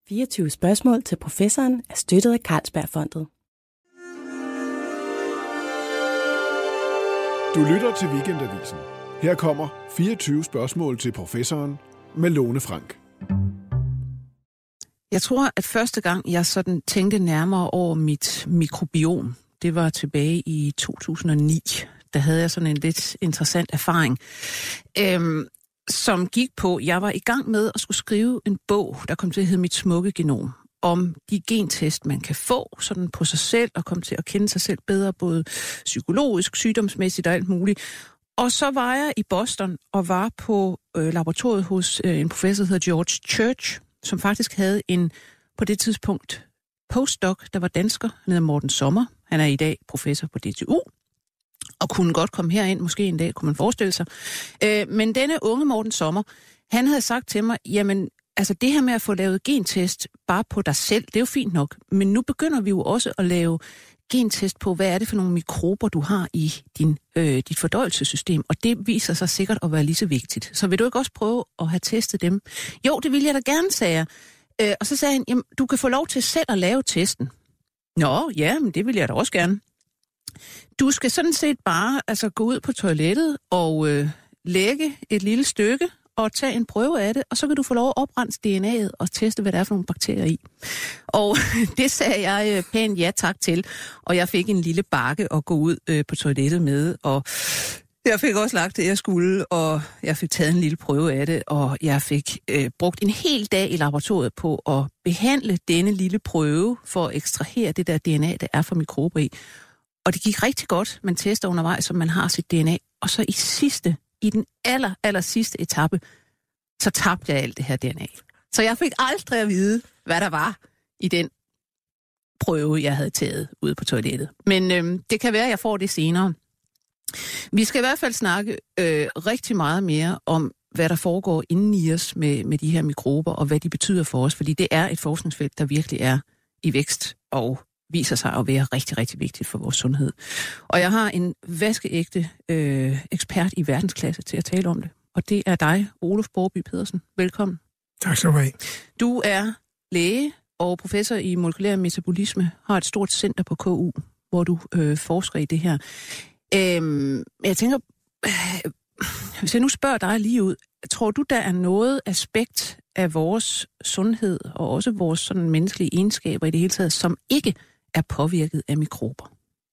24 spørgsmål til professoren er støttet af Carlsbergfondet. Du lytter til Weekendavisen. Her kommer 24 spørgsmål til professoren med Lone Frank. Jeg tror, at første gang, jeg sådan tænkte nærmere over mit mikrobiom, det var tilbage i 2009. Der havde jeg sådan en lidt interessant erfaring, som gik på, jeg var i gang med at skulle skrive en bog, der kom til at hedde Mit smukke genom, om de gentest, man kan få sådan på sig selv, og komme til at kende sig selv bedre, både psykologisk, sygdomsmæssigt og alt muligt. Og så var jeg i Boston og var på laboratoriet hos en professor, der hedder George Church, som faktisk havde en, på det tidspunkt, postdoc, der var dansker. Han hedder Morten Sommer. Han er i dag professor på DTU, og kunne godt komme herind, måske en dag, kunne man forestille sig. Men denne unge Morten Sommer, han havde sagt til mig, jamen, altså det her med at få lavet gentest bare på dig selv, det er jo fint nok, men nu begynder vi jo også at lave gentest på, hvad er det for nogle mikrober, du har i dit fordøjelsessystem, og det viser sig sikkert at være lige så vigtigt. Så vil du ikke også prøve at have testet dem? Jo, det vil jeg da gerne, sagde jeg. Og så sagde han, jamen, du kan få lov til selv at lave testen. Nå, ja, men det vil jeg da også gerne. Du skal sådan set bare gå ud på toilettet og lægge et lille stykke og tage en prøve af det, og så kan du få lov at oprense DNA'et og teste, hvad der er for nogle bakterier i. Og det sagde jeg pænt ja tak til, og jeg fik en lille bakke at gå ud på toilettet med, og jeg fik også lagt det, jeg skulle, og jeg fik taget en lille prøve af det, og jeg fik brugt en hel dag i laboratoriet på at behandle denne lille prøve for at ekstrahere det der DNA, der er for mikrober i. Og det gik rigtig godt, man tester undervejs, så man har sit DNA, og så i den aller sidste etape, så tabte jeg alt det her DNA. Så jeg fik aldrig at vide, hvad der var i den prøve, jeg havde taget ude på toilettet. Men det kan være, at jeg får det senere. Vi skal i hvert fald snakke rigtig meget mere om, hvad der foregår inden i os med de her mikrober, og hvad de betyder for os, fordi det er et forskningsfelt, der virkelig er i vækst og viser sig at være rigtig, rigtig vigtigt for vores sundhed. Og jeg har en vaskeægte ekspert i verdensklasse til at tale om det. Og det er dig, Olof Borby Pedersen. Velkommen. Tak skal du have. Du er læge og professor i molekylær metabolisme, har et stort center på KU, hvor du forsker i det her. Jeg tænker, hvis jeg nu spørger dig lige ud, tror du, der er noget aspekt af vores sundhed og også vores sådan menneskelige egenskaber i det hele taget, som ikke er påvirket af mikrober?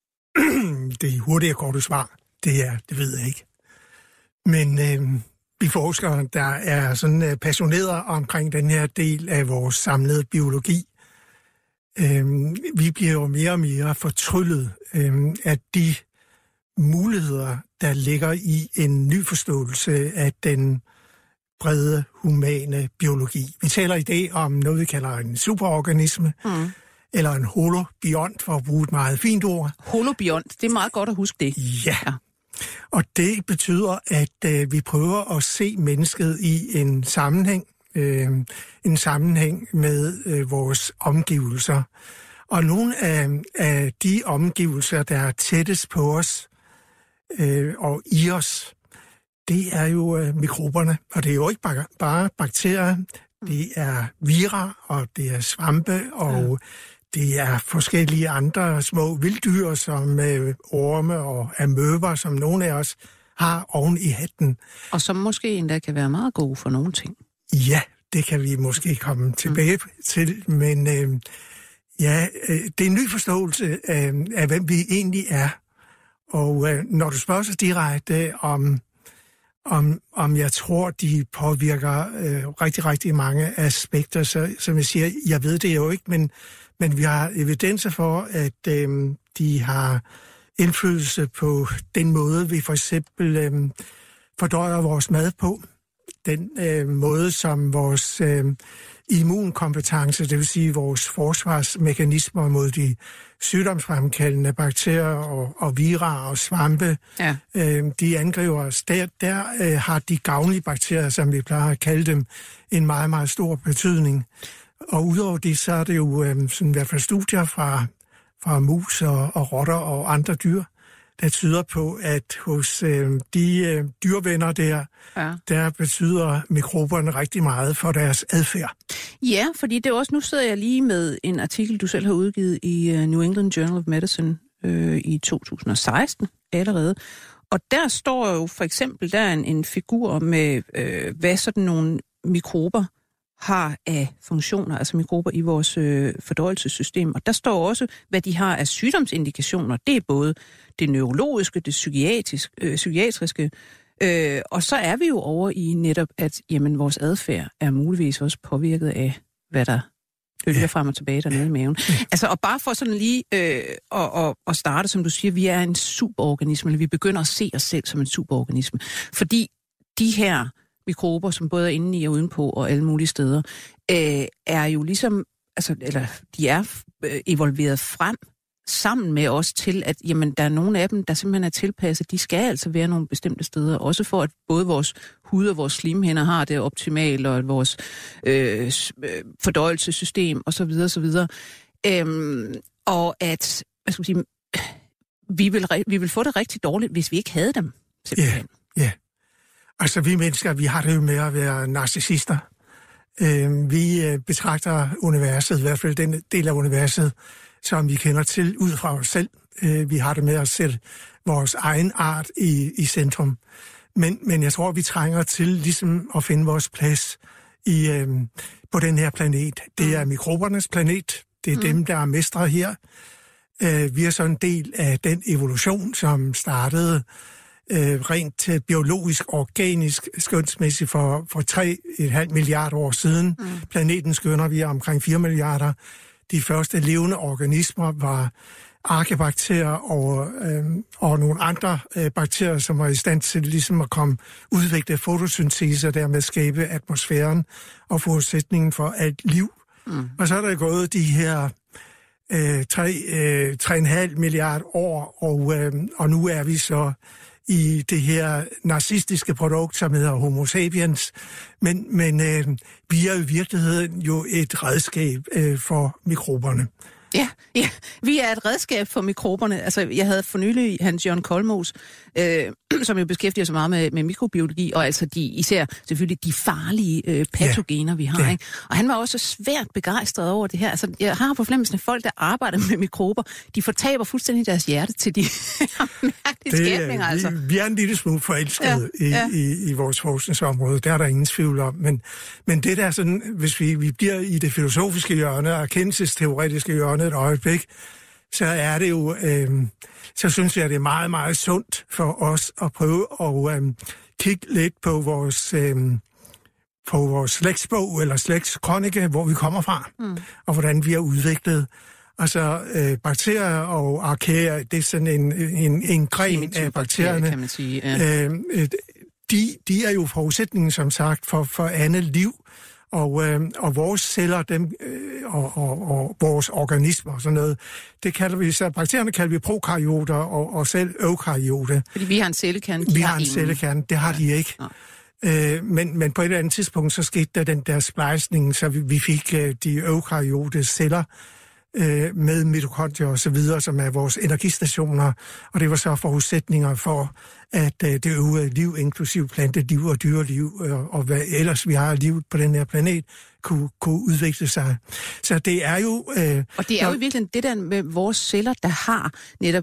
Det hurtige og korte svar, det ved jeg ikke. Men vi forskere, der er sådan passionerede omkring den her del af vores samlede biologi, vi bliver jo mere og mere fortryllet af de muligheder, der ligger i en ny forståelse af den brede humane biologi. Vi taler i dag om noget, vi kalder en superorganisme, eller en holobiont, for at bruge et meget fint ord. Holobiont, det er meget godt at huske det. Ja. Og det betyder, at vi prøver at se mennesket i en sammenhæng med vores omgivelser. Og nogle af de omgivelser, der er tættest på os og i os, det er jo mikroberne. Og det er jo ikke bare bakterier, det er vira, og det er svampe, og det er forskellige andre små vilddyr, som orme og amøber, som nogle af os har oven i hatten. Og som måske endda kan være meget gode for nogle ting. Ja, det kan vi måske komme tilbage til, men det er en ny forståelse af, hvem vi egentlig er. Og når du spørger så direkte om jeg tror, de påvirker rigtig, rigtig mange aspekter, så som jeg siger, jeg ved det jo ikke, men vi har evidenser for, at de har indflydelse på den måde, vi for eksempel fordøjer vores mad på. Den måde, som vores immunkompetence, det vil sige vores forsvarsmekanismer mod de sygdomsfremkaldende bakterier og vira og svampe, de angriber os. Der har de gavnlige bakterier, som vi plejer at kalde dem, en meget, meget stor betydning. Og udover det, så er det jo sådan i hvert fald studier fra mus og rotter og andre dyr, der tyder på, at hos de dyrvenner der betyder mikroberne rigtig meget for deres adfærd. Ja, fordi det er også, nu sidder jeg lige med en artikel, du selv har udgivet i New England Journal of Medicine i 2016 allerede. Og der står jo for eksempel, der er en figur med, hvad sådan nogle mikrober har af funktioner, altså mikrober i vores fordøjelsessystem. Og der står også, hvad de har af sygdomsindikationer. Det er både det neurologiske, det psykiatriske, og så er vi jo over i netop, at jamen, vores adfærd er muligvis også påvirket af, hvad der bølger frem og tilbage dernede i maven. Altså, og bare for sådan lige at starte, som du siger, vi er en superorganisme, eller vi begynder at se os selv som en superorganisme. Fordi de her mikrober, som både er inde i og udenpå og alle mulige steder, er jo ligesom, altså, eller de er evolveret frem sammen med os til, at jamen, der er nogle af dem, der simpelthen er tilpasset. De skal altså være nogle bestemte steder, også for at både vores hud og vores slimhinder har det optimalt, og vores fordøjelsessystem osv. Og at, hvad skal man sige, vi vil få det rigtig dårligt, hvis vi ikke havde dem, simpelthen. Ja. Altså, vi mennesker, vi har det jo med at være narcissister. Vi betragter universet, i hvert fald den del af universet, som vi kender til ud fra os selv. Vi har det med at sætte vores egen art i centrum. Men jeg tror, vi trænger til ligesom at finde vores plads på den her planet. Det er mikrobernes planet. Det er dem, der er mestre her. Vi er så en del af den evolution, som startede rent biologisk, organisk, skønsmæssigt for 3,5 milliarder år siden. Planeten skønner vi omkring 4 milliarder. De første levende organismer var arkebakterier og nogle andre bakterier, som var i stand til ligesom at udvikle fotosyntese og dermed skabe atmosfæren og forudsætningen for alt liv. Og så er der gået de her 3,5 milliarder år, og nu er vi så i det her narcistiske produkt, som hedder Homo sapiens. Men vi er i virkeligheden jo et redskab for mikroberne. Ja, vi er et redskab for mikroberne. Altså, jeg havde for nylig Hans Jørgen Kolmos, som jo beskæftiger sig meget med mikrobiologi, og altså især selvfølgelig de farlige patogener, vi har. Ikke? Og han var også svært begejstret over det her. Altså, jeg har på fornemmelsen, at folk, der arbejder med mikrober, de fortaber fuldstændig deres hjerte til de mærkelige skæbninger. Altså. Vi er en lille smule forelskede i vores forskningsområde. Der er der ingen tvivl om. Men det der sådan, hvis vi bliver i det filosofiske hjørne og erkendelsesteoretiske hjørne et øjeblik, så er det jo, så synes jeg, det er meget, meget sundt for os at prøve at kigge lidt på vores slægtsbog eller slægtskrønike, hvor vi kommer fra, og hvordan vi er udviklet. Altså, bakterier og arkaer, det er sådan en gren af bakterierne. Kan man sige, de er jo forudsætningen, som sagt, for andet liv. Og vores celler, dem, og vores organismer og sådan noget, det kalder vi så, bakterierne kalder vi prokaryoter og selv eukaryote. Fordi vi har en cellekerne, vi har en cellekerne, det har de ikke. Ja. Men på et eller andet tidspunkt, så skete der den der splejsning, så vi fik de eukaryote celler med mitokondrier og så videre, som er vores energistationer, og det var så forudsætninger for, at det øvrige liv, inklusiv planteliv og dyreliv, og hvad ellers vi har livet på den her planet, kunne udvikle sig. Så det er jo... og det er jo i virkeligheden det der med vores celler, der har netop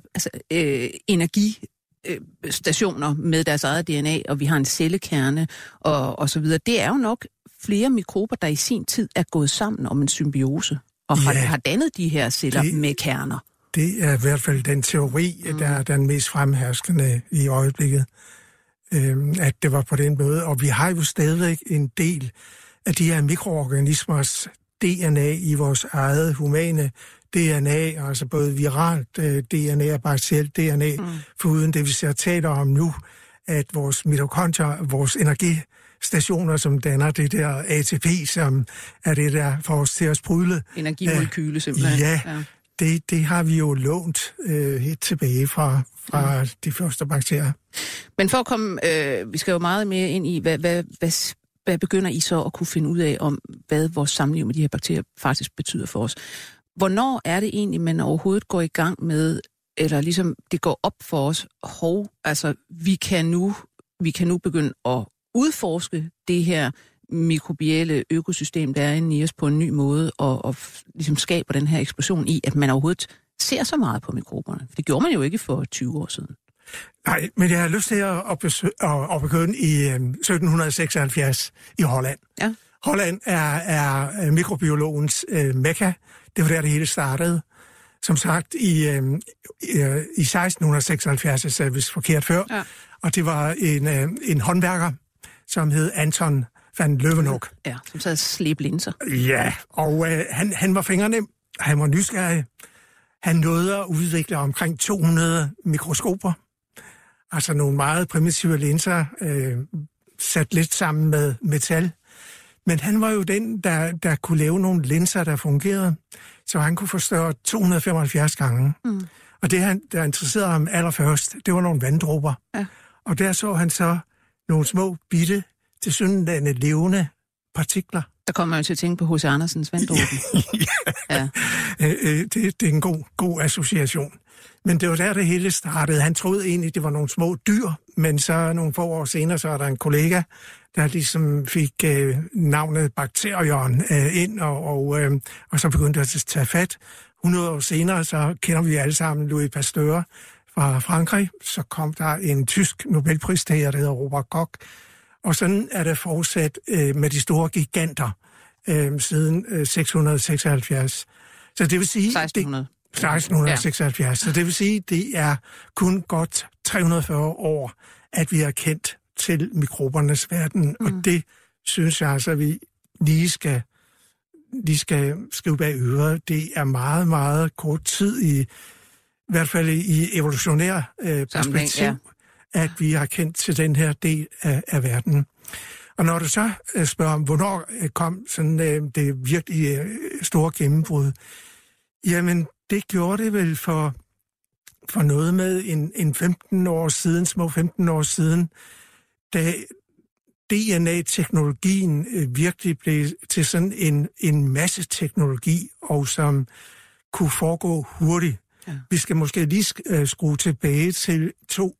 energistationer med deres eget DNA, og vi har en cellekerne og så videre. Det er jo nok flere mikrober, der i sin tid er gået sammen om en symbiose, og har dannet de her celler med kerner. Det er i hvert fald den teori, der er den mest fremherskende i øjeblikket, at det var på den måde. Og vi har jo stadigvæk en del af de her mikroorganismers DNA i vores eget humane DNA, altså både viralt DNA og bakterielt DNA, foruden det, vi så taler om nu, at vores mitokondrier, vores energistationer, som danner det der ATP, som er det, der får os til at sprudle. Energimolekyle simpelthen. Ja. Det har vi jo lånt helt tilbage fra de første bakterier. Men for at komme, vi skal jo meget mere ind i, hvad begynder I så at kunne finde ud af om, hvad vores samliv med de her bakterier faktisk betyder for os? Hvornår er det egentlig, man overhovedet går i gang med eller ligesom det går op for os, altså vi kan nu begynde at udforske det her mikrobielle økosystem, der er inde i os på en ny måde, og ligesom skaber den her eksplosion i, at man overhovedet ser så meget på mikroberne. For det gjorde man jo ikke for 20 år siden. Nej, men jeg har lyst til at begynde i 1776 i Holland. Ja. Holland er mikrobiologens mekka. Det var der, det hele startede. Som sagt, i 1676, jeg sagde vist forkert før, ja. Og det var en håndværker, som hed Anton van Leeuwenhoek. Ja, som sad og slæb linser. Ja, og han var fingernem, han var nysgerrig. Han nåede at udvikle omkring 200 mikroskoper, altså nogle meget primitive linser, sat lidt sammen med metal. Men han var jo den, der kunne lave nogle linser, der fungerede, så han kunne forstørre 275 gange. Mm. Og det, der interesserede ham allerførst, det var nogle vanddråber. Ja. Og der så han så nogle små, bitte, tilsyneladende levende partikler. Der kommer man jo til at tænke på H.C. Andersens vanddråben. Ja. Det er en god association. Men det var der, det hele startede. Han troede egentlig, det var nogle små dyr, men så nogle få år senere, så er der en kollega, der ligesom fik navnet bakterion ind, og så begyndte at tage fat. 100 år senere, så kender vi alle sammen Louis Pasteur fra Frankrig. Så kom der en tysk Nobelpristager, der hedder Robert Koch. Og sådan er det fortsat med de store giganter siden 676. Så det vil sige... 1676. Ja. Så det vil sige, det er kun godt 340 år, at vi har kendt til mikrobernes verden. Mm. Og det synes jeg altså, at vi lige skal skrive bag øret. Det er meget, meget kort tid, i hvert fald i evolutionær perspektiv, ja. At vi har kendt til den her del af verden. Og når du så spørger om, hvornår kom sådan det virkelig store gennembrud, jamen det gjorde det vel for noget med en 15 år siden, små 15 år siden, da DNA-teknologien virkelig blev til sådan en masse teknologi, og som kunne foregå hurtigt. Ja. Vi skal måske lige skrue tilbage til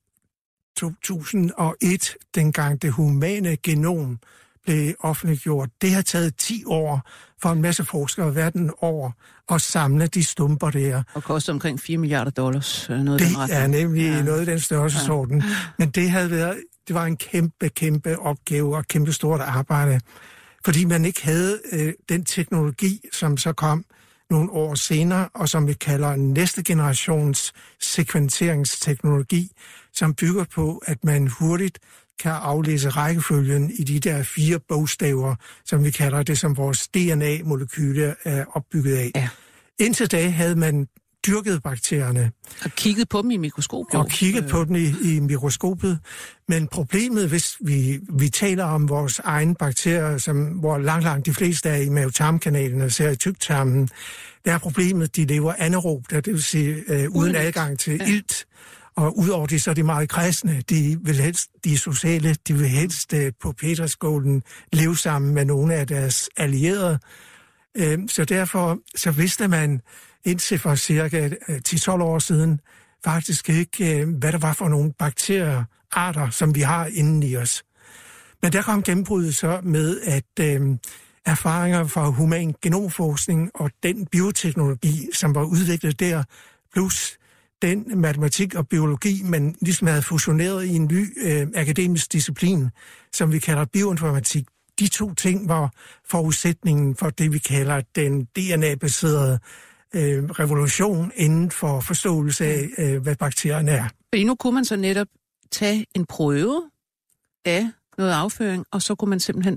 2001, dengang det humane genom blev offentliggjort. Det har taget 10 år for en masse forskere verden over at samle de stumper der. Og koster omkring $4 milliarder. Noget det er nemlig noget af den størrelsesorden. Ja. Men det var en kæmpe opgave og kæmpe stort arbejde, fordi man ikke havde den teknologi, som så kom nogle år senere, og som vi kalder næste generations sekventeringsteknologi, som bygger på, at man hurtigt kan aflæse rækkefølgen i de der 4 bogstaver, som vi kalder det, som vores DNA-molekyle er opbygget af. Ja. Indtil da havde man dyrket bakterierne. Og kigget på dem i mikroskopet. Og kigget på dem i mikroskopet. Men problemet, hvis vi taler om vores egne bakterier, hvor langt de fleste er i mavetarmkanalen og ser i tyktarmen, der er problemet, de lever anaerobt, det vil sige uden adgang til ilt. Og udover det, så er de meget kredsende. De er sociale, de vil helst på Petersskålen leve sammen med nogle af deres allierede. Så derfor så vidste man indtil for cirka 10-12 år siden faktisk ikke, hvad der var for nogle bakteriearter, som vi har inden i os. Men der kom gennembruddet så med, at erfaringer fra human genomforskning og den bioteknologi, som var udviklet der, plus den matematik og biologi, man ligesom havde fusioneret i en ny akademisk disciplin, som vi kalder bioinformatik. De 2 ting var forudsætningen for det, vi kalder den DNA-baserede revolution inden for forståelse af, hvad bakterierne er. Fordi nu kunne man så netop tage en prøve af noget afføring, og så kunne man simpelthen,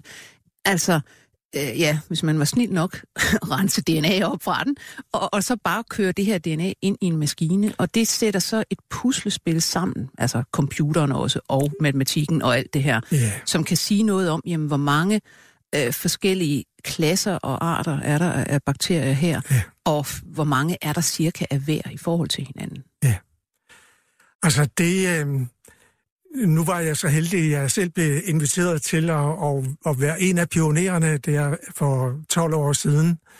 hvis man var snild nok, rense DNA op fra den, og så bare køre det her DNA ind i en maskine, og det sætter så et puslespil sammen, altså computeren også, og matematikken og alt det her, som kan sige noget om, jamen, hvor mange forskellige klasser og arter er der af bakterier her, og hvor mange er der cirka af hver i forhold til hinanden. Ja. Altså det... Nu var jeg så heldig, at jeg selv blev inviteret til at være en af pionererne der for 12 år siden.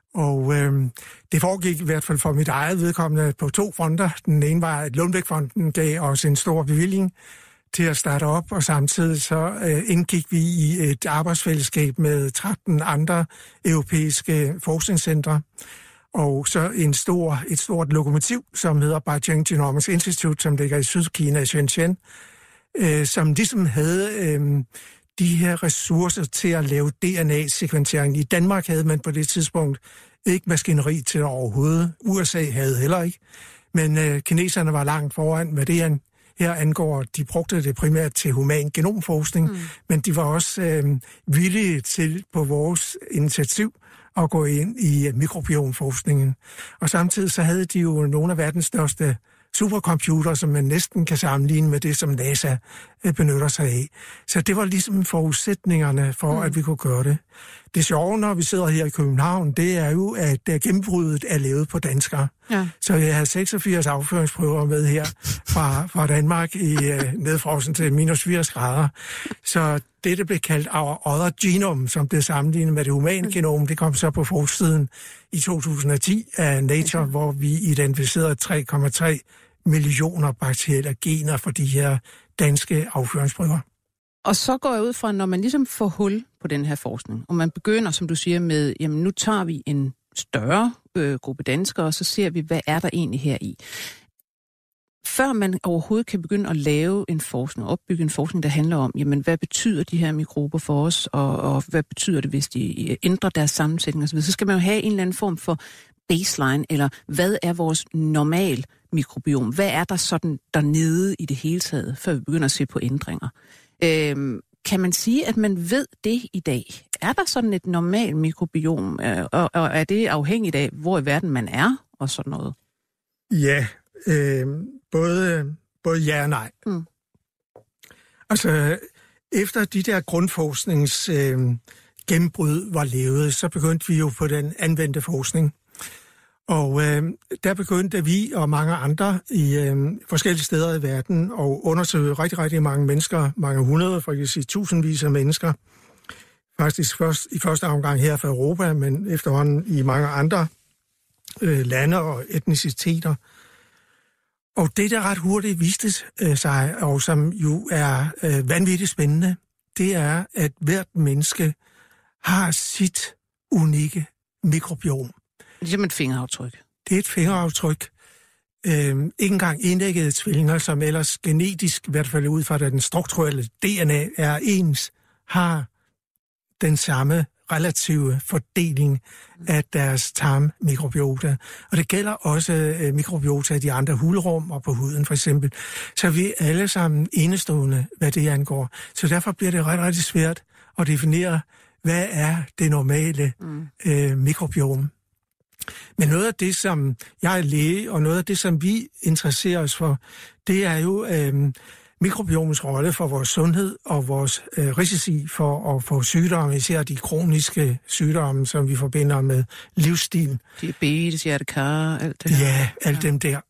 Og det foregik i hvert fald for mit eget vedkommende på 2 fronter. Den ene var, at Lundbeck-fonden gav os en stor bevilling til at starte op, og samtidig så indgik vi i et arbejdsfællesskab med 13 andre europæiske forskningscentre. Og så et stort lokomotiv, som hedder Beijing Genomics Institute, som ligger i Sydkina, Shenzhen, som ligesom havde de her ressourcer til at lave DNA-sekventering. I Danmark havde man på det tidspunkt ikke maskineri til overhovedet. USA havde heller ikke. Men kineserne var langt foran, hvad det her angår. De brugte det primært til human genomforskning, men de var også villige til på vores initiativ at gå ind i mikrobiomforskningen. Og samtidig så havde de jo nogle af verdens største supercomputer, som man næsten kan sammenligne med det, som NASA benytter sig af. Så det var ligesom forudsætningerne for, at vi kunne gøre det. Det sjove, når vi sidder her i København, det er jo, at gennembruddet er lavet på danskere. Ja. Så jeg havde 86 afføringsprøver med her fra Danmark i nedfrosen til minus 80 grader. Så det blev kaldt our other genome, som blev sammenlignet med det humane genom, det kom så på forsiden i 2010 af Nature, hvor vi identificerede 3,3 millioner bakterielle gener for de her danske afføringsprøver. Og så går jeg ud fra, når man ligesom får hul på den her forskning, og man begynder, som du siger, med, jamen nu tager vi en større gruppe danskere, og så ser vi, hvad er der egentlig her i. Før man overhovedet kan begynde at lave en forskning, opbygge en forskning, der handler om, jamen hvad betyder de her mikrober for os, og hvad betyder det, hvis de ændrer deres sammensætning osv., så skal man jo have en eller anden form for baseline, eller hvad er vores normal mikrobiom? Hvad er der sådan dernede i det hele taget, før vi begynder at se på ændringer? Kan man sige, at man ved det i dag? Er der sådan et normalt mikrobiom, og er det afhængigt af, hvor i verden man er, og sådan noget? Ja, både ja og nej. Altså, efter de der grundforsknings gennembrud var lavet, så begyndte vi jo på den anvendte forskning. Og der begyndte vi og mange andre i forskellige steder i verden at undersøge rigtig, rigtig mange mennesker, mange hundrede, for at sige tusindvis af mennesker. Faktisk i første omgang her fra Europa, men efterhånden i mange andre lande og etniciteter. Og det, der ret hurtigt viste sig, og som jo er vanvittigt spændende, det er, at hvert menneske har sit unikke mikrobiom. Det er et fingeraftryk. Det er et fingeraftryk. Ikke engang enæggede tvillinger, som ellers genetisk, i hvert fald ud fra den strukturelle DNA er ens, har den samme relative fordeling af deres tarmmikrobiota. Og det gælder også mikrobiota i de andre hulrum og på huden for eksempel. Så vi er alle sammen enestående, hvad det angår. Så derfor bliver det ret, rigtig svært at definere, hvad er det normale mikrobiom. Men noget af det, som jeg er læge, og noget af det, som vi interesserer os for, det er jo mikrobiomens rolle for vores sundhed og vores risici for at få sygdomme, især de kroniske sygdomme, som vi forbinder med livsstil. Diabetes, hjertekar, alt det der. Ja, alt dem der.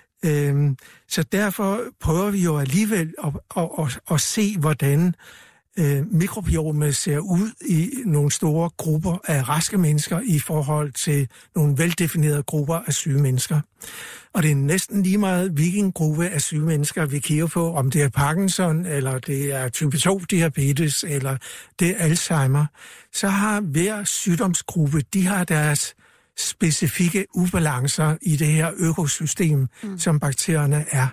Så derfor prøver vi jo alligevel at se, hvordan mikrobiomet ser ud i nogle store grupper af raske mennesker i forhold til nogle veldefinerede grupper af syge mennesker. Og det er næsten lige meget, hvilken gruppe af syge mennesker vi kigger på, om det er Parkinson, eller det er type 2-diabetes, eller det er Alzheimer. Så har hver sygdomsgruppe, de har deres specifikke ubalancer i det her økosystem, som bakterierne er,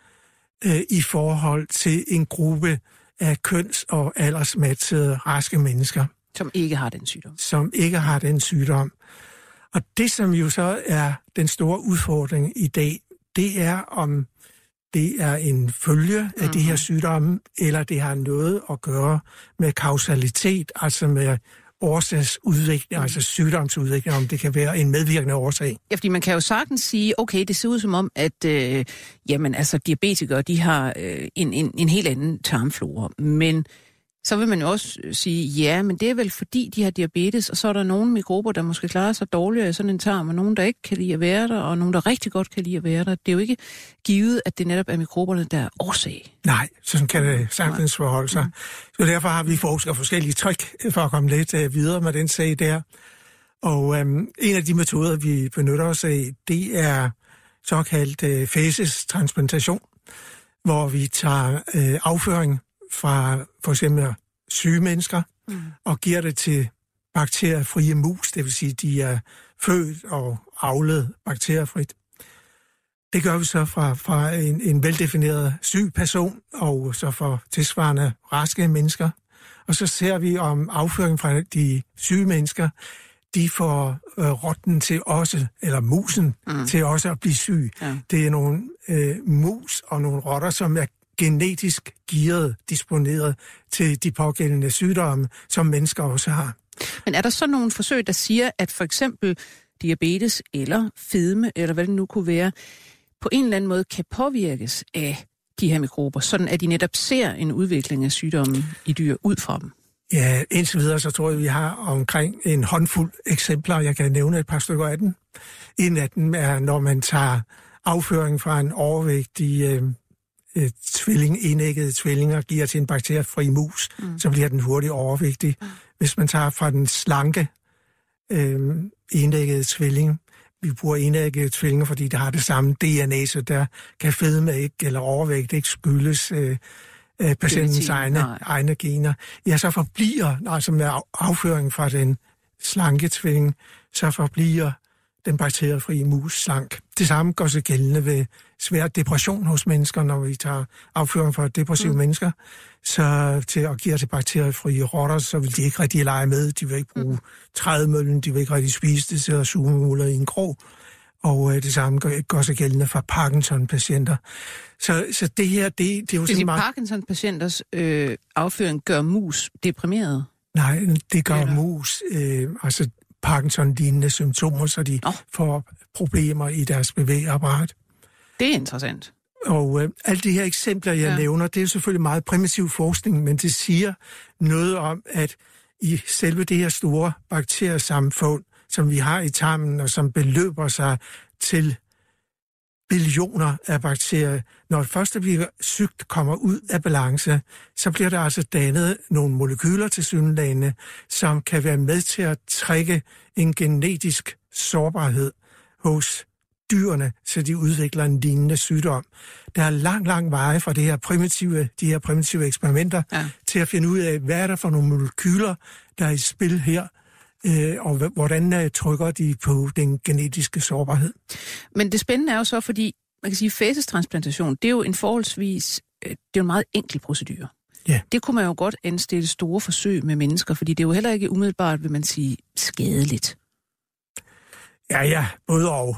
i forhold til en gruppe af køns- og aldersmatchede raske mennesker. Som ikke har den sygdom. Som ikke har den sygdom. Og det, som jo så er den store udfordring i dag, det er, om det er en følge af de her sygdomme, eller det har noget at gøre med kausalitet, altså med årsagsudvikling, altså sygdomsudvikling, om det kan være en medvirkende årsag. Ja, fordi man kan jo sagtens sige, okay, det ser ud som om, at diabetikere, de har en helt anden tarmflora, men så vil man jo også sige, ja, men det er vel fordi, de har diabetes, og så er der nogle mikrober, der måske klarer sig dårligere i sådan en tarm, og nogen, der ikke kan lide at være der, og nogen, der rigtig godt kan lide at være der. Det er jo ikke givet, at det netop er mikroberne, der er årsag. Nej, sådan kan det sagtens forholde sig. Så derfor har vi forsket forskellige trik for at komme lidt videre med den sag der. Og en af de metoder, vi benytter os af, det er såkaldt fæcestransplantation, hvor vi tager afføring fra for eksempel syge mennesker og giver det til bakteriefrie mus, det vil sige, de er født og avlet bakteriefrit. Det gør vi så fra en veldefineret syg person, og så for tilsvarende raske mennesker. Og så ser vi, om afføring fra de syge mennesker, de får rotten til også, eller musen til også at blive syg. Ja. Det er nogle mus og nogle rotter, som er genetisk gearet, disponeret til de pågældende sygdomme, som mennesker også har. Men er der så nogle forsøg, der siger, at for eksempel diabetes eller fedme, eller hvad det nu kunne være, på en eller anden måde kan påvirkes af de her mikrober, sådan at de netop ser en udvikling af sygdommen i dyr ud fra dem? Ja, indtil videre så tror jeg, vi har omkring en håndfuld eksempler. Jeg kan nævne et par stykker af dem. En af dem er, når man tager afføring fra en overvægtig enæggede tvilling og giver til en bakteriefri mus, så bliver den hurtigt overvægtig. Hvis man tager fra den slanke enæggede tvilling, vi bruger enæggede tvillinger, fordi det har det samme DNA, så der kan fedme ikke, eller overvægt ikke skyldes patientens egne gener. Ja, så forbliver, altså med afføring fra den slanke tvilling, så forbliver den bakteriefrie mus slank. Det samme gør sig gældende ved svær depression hos mennesker, når vi tager afføring fra depressive mennesker, så til at give til bakteriefrie rotter, så vil de ikke rigtig lege med. De vil ikke bruge trædemøllen, de vil ikke rigtig spise det, sidder sugemuller i en krog. Og det samme gør sig gældende for Parkinson-patienter. Så det her, det er jo sådan meget... Parkinson-patienters afføring gør mus deprimeret? Nej, det gør mus, altså Parkinson-lignende symptomer, så de får problemer i deres bevægeapparat. Det er interessant. Og alle de her eksempler, jeg nævner, det er jo selvfølgelig meget primitiv forskning, men det siger noget om, at i selve det her store bakteriesamfund, som vi har i tarmen, og som beløber sig til billioner af bakterier. Når først det bliver sygt kommer ud af balance, så bliver der altså dannet nogle molekyler til syndlagene, som kan være med til at trække en genetisk sårbarhed hos dyrene, så de udvikler en lignende sygdom. Der er lang veje fra de her primitive eksperimenter til at finde ud af, hvad er der for nogle molekyler, der er i spil her, og hvordan trykker de på den genetiske sårbarhed. Men det spændende er jo så, fordi man kan sige, fæcestransplantation, det er jo en forholdsvis, det er jo en meget enkel procedure. Ja. Det kunne man jo godt anstille store forsøg med mennesker, fordi det er jo heller ikke umiddelbart, vil man sige, skadeligt. Ja, både og.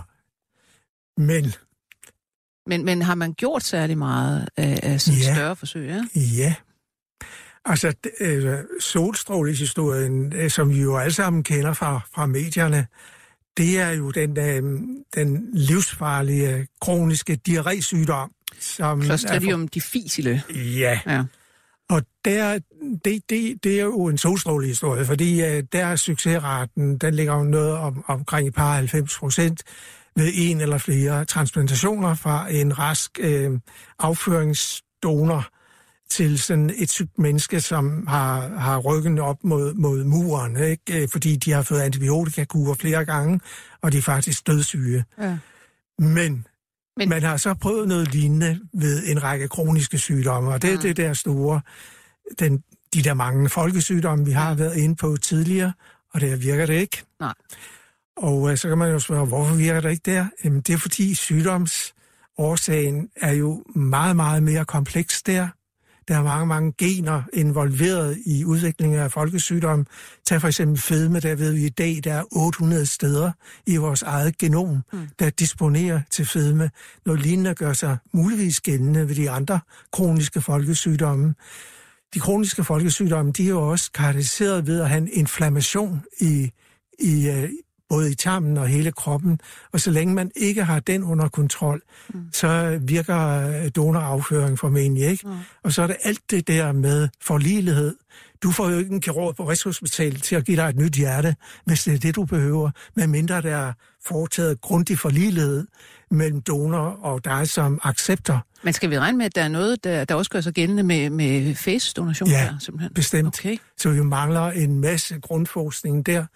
Men har man gjort særlig meget af sådan større forsøg, ja? Ja. Altså, solstrålehistorien, som vi jo alle sammen kender fra medierne, det er jo den livsfarlige, kroniske diarrésygdom. Clostridium difficile. Ja. Og det er jo en solstrålehistorie, fordi der er succesraten, den ligger jo noget omkring et par 90% ved en eller flere transplantationer fra en rask afføringsdonor til sådan et sygt menneske, som har ryggen op mod muren, ikke? Fordi de har fået antibiotikakurer flere gange, og de er faktisk dødssyge. Ja. Men man har så prøvet noget lignende ved en række kroniske sygdomme, og det er det der store, de der mange folkesygdomme, vi har været inde på tidligere, og der virker det ikke. Nej. Og så kan man jo spørge, hvorfor virker det ikke der? Jamen, det er fordi sygdomsårsagen er jo meget, meget mere kompleks der. Der er mange gener involveret i udviklingen af folkesygdomme. Tag for eksempel fedme, der ved vi i dag, der er 800 steder i vores eget genom, der disponerer til fedme. Noget lignende gør sig muligvis gældende ved de andre kroniske folkesygdomme. De kroniske folkesygdomme, de er jo også karakteriseret ved at have en inflammation både i tarmen og hele kroppen, og så længe man ikke har den under kontrol, så virker donorafføring formentlig ikke. Og så er det alt det der med forligelighed. Du får jo ikke en kirurg på Rigshospitalet til at give dig et nyt hjerte, hvis det er det, du behøver, medmindre der er foretaget grundig forligelighed mellem donor og dig som accepter. Men skal vi regne med, at der er noget, der også gør sig gældende med fæcedonation? Ja, der, simpelthen? Bestemt. Okay. Så vi mangler en masse grundforskning der.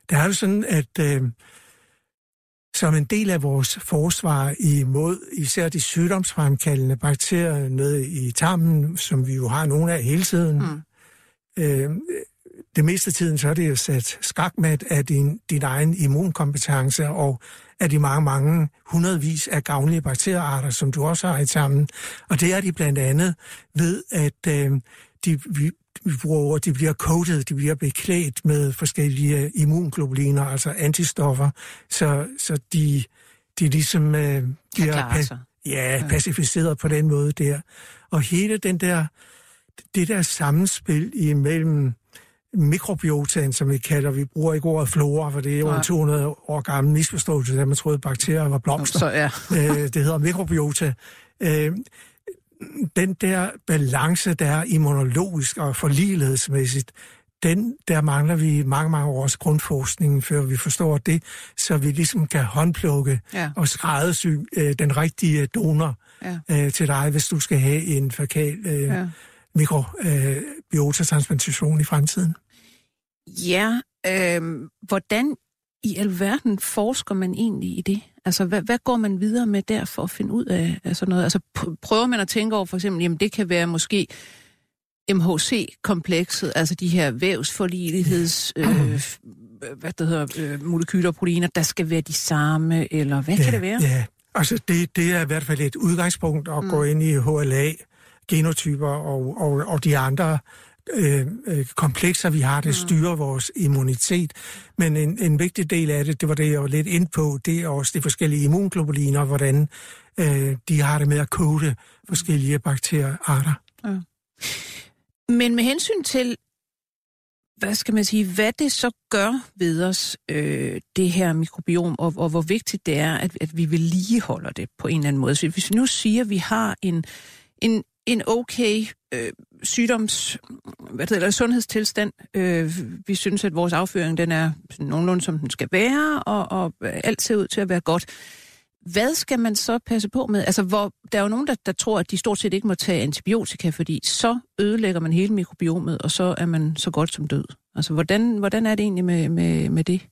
Det er jo sådan, at som en del af vores forsvar imod især de sygdomsfremkaldende bakterier nede i tarmen, som vi jo har nogle af hele tiden, det meste af tiden så er det jo sat skakmat af din egen immunkompetence og af de mange hundredvis af gavnlige bakteriearter, som du også har i tarmen. Og det er de blandt andet ved, at vi bruger, de bliver coated, de bliver beklædt med forskellige immunglobuliner, altså antistoffer, så de ligesom bliver pacificeret på den måde der. Og hele det der sammenspil imellem mikrobiotaen, som vi bruger ikke ordet flora, for det er jo en 200 år gammel misforståelse, da man troede, at bakterier var blomster. Så, ja. Det hedder mikrobiota. Den der balance, der er immunologisk og forligelighedsmæssigt, der mangler vi mange års grundforskning, før vi forstår det, så vi ligesom kan håndplukke og skræddersy den rigtige donor til dig, hvis du skal have en fækal mikrobiotatransplantation i fremtiden. Ja, hvordan i alverden forsker man egentlig i det? Altså, hvad går man videre med der for at finde ud af sådan noget? Altså, prøver man at tænke over for eksempel, jamen det kan være måske MHC-komplekset, altså de her vævsforligeligheds molekyler og proteiner, der skal være de samme, eller hvad kan det være? Ja, altså det er i hvert fald et udgangspunkt at gå ind i HLA, genotyper og de andre komplekser, vi har, det styrer vores immunitet. Men en vigtig del af det var det, jeg var lidt ind på, det er også de forskellige immunglobuliner, hvordan de har det med at kode forskellige bakteriearter. Ja. Men med hensyn til, hvad det så gør ved os, det her mikrobiom, og hvor vigtigt det er, at vi vedligeholder det på en eller anden måde. Så hvis vi nu siger, at vi har en okay sundhedstilstand. Vi synes, at vores afføring den er nogenlunde, som den skal være, og alt ser ud til at være godt. Hvad skal man så passe på med? Altså, der er jo nogen, der tror, at de stort set ikke må tage antibiotika, fordi så ødelægger man hele mikrobiomet, og så er man så godt som død. Altså, hvordan er det egentlig med det?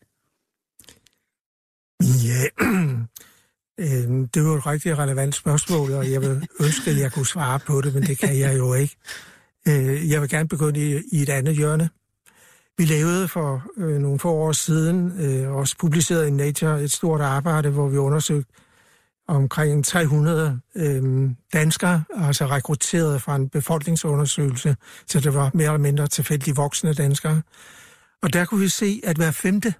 Ja, det var et rigtig relevant spørgsmål, og jeg vil ønske, at jeg kunne svare på det, men det kan jeg jo ikke. Jeg vil gerne begynde i et andet hjørne. Vi lavede for nogle få år siden, også publiceret i Nature, et stort arbejde, hvor vi undersøgte omkring 300 danskere, altså rekrutteret fra en befolkningsundersøgelse, så det var mere eller mindre tilfældigt voksne danskere. Og der kunne vi se, at hver femte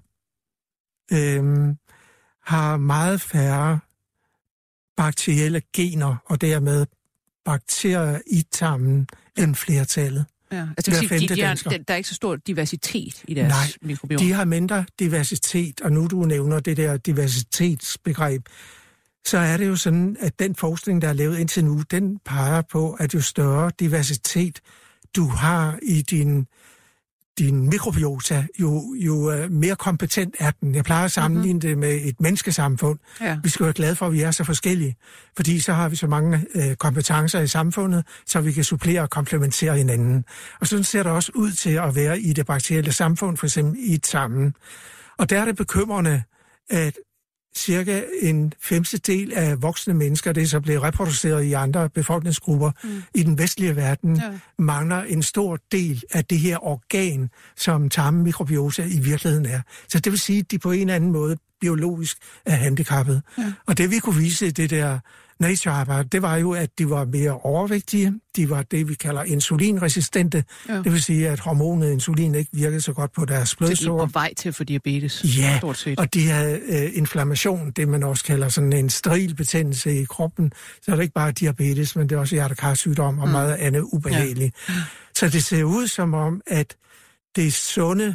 har meget færre bakterielle gener, og dermed bakterier i tarmen end flertallet. Ja, altså der er ikke så stor diversitet i deres mikrobiom. De har mindre diversitet, og nu du nævner det der diversitetsbegreb, så er det jo sådan, at den forskning, der er lavet indtil nu, den peger på, at jo større diversitet du har i din mikrobiota, jo mere kompetent er den. Jeg plejer at sammenligne det med et menneskesamfund. Ja. Vi skal være glade for, at vi er så forskellige, fordi så har vi så mange kompetencer i samfundet, så vi kan supplere og komplementere hinanden. Og sådan ser det også ud til at være i det bakterielle samfund, for eksempel i et sammen. Og der er det bekymrende, at cirka en femtedel af voksne mennesker, det er så blevet reproduceret i andre befolkningsgrupper i den vestlige verden, mangler en stor del af det her organ, som tarmmikrobiota i virkeligheden er. Så det vil sige, at de på en eller anden måde biologisk er handicappet. Ja. Og det vi kunne vise i det der Nature-arbejde, det var jo, at de var mere overvægtige. De var det, vi kalder insulinresistente. Ja. Det vil sige, at hormonet insulin ikke virkede så godt på deres blodsukker. Så de er på vej til at få diabetes? Ja, stort set. Og de havde inflammation, det man også kalder sådan en steril betændelse i kroppen. Så er det ikke bare diabetes, men det er også hjertekarsygdom og meget andet ubehageligt. Ja. Så det ser ud som om, at det sunde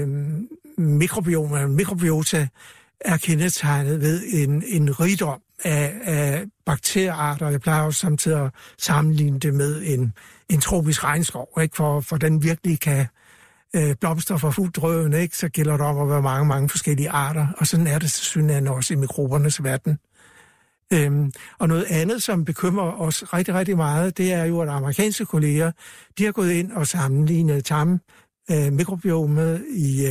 mikrobiota er kendetegnet ved en rigdom af bakteriearter. Jeg plejer også samtidig at sammenligne det med en tropisk regnskov, ikke? For den virkelig kan blomstre for fuldt drøven, ikke? Så gælder det om at være mange forskellige arter, og sådan er det tilsyneladende også i mikrobernes verden. Og noget andet, som bekymrer os rigtig, rigtig meget, det er jo, at amerikanske kolleger, de har gået ind og sammenlignet mikrobiomet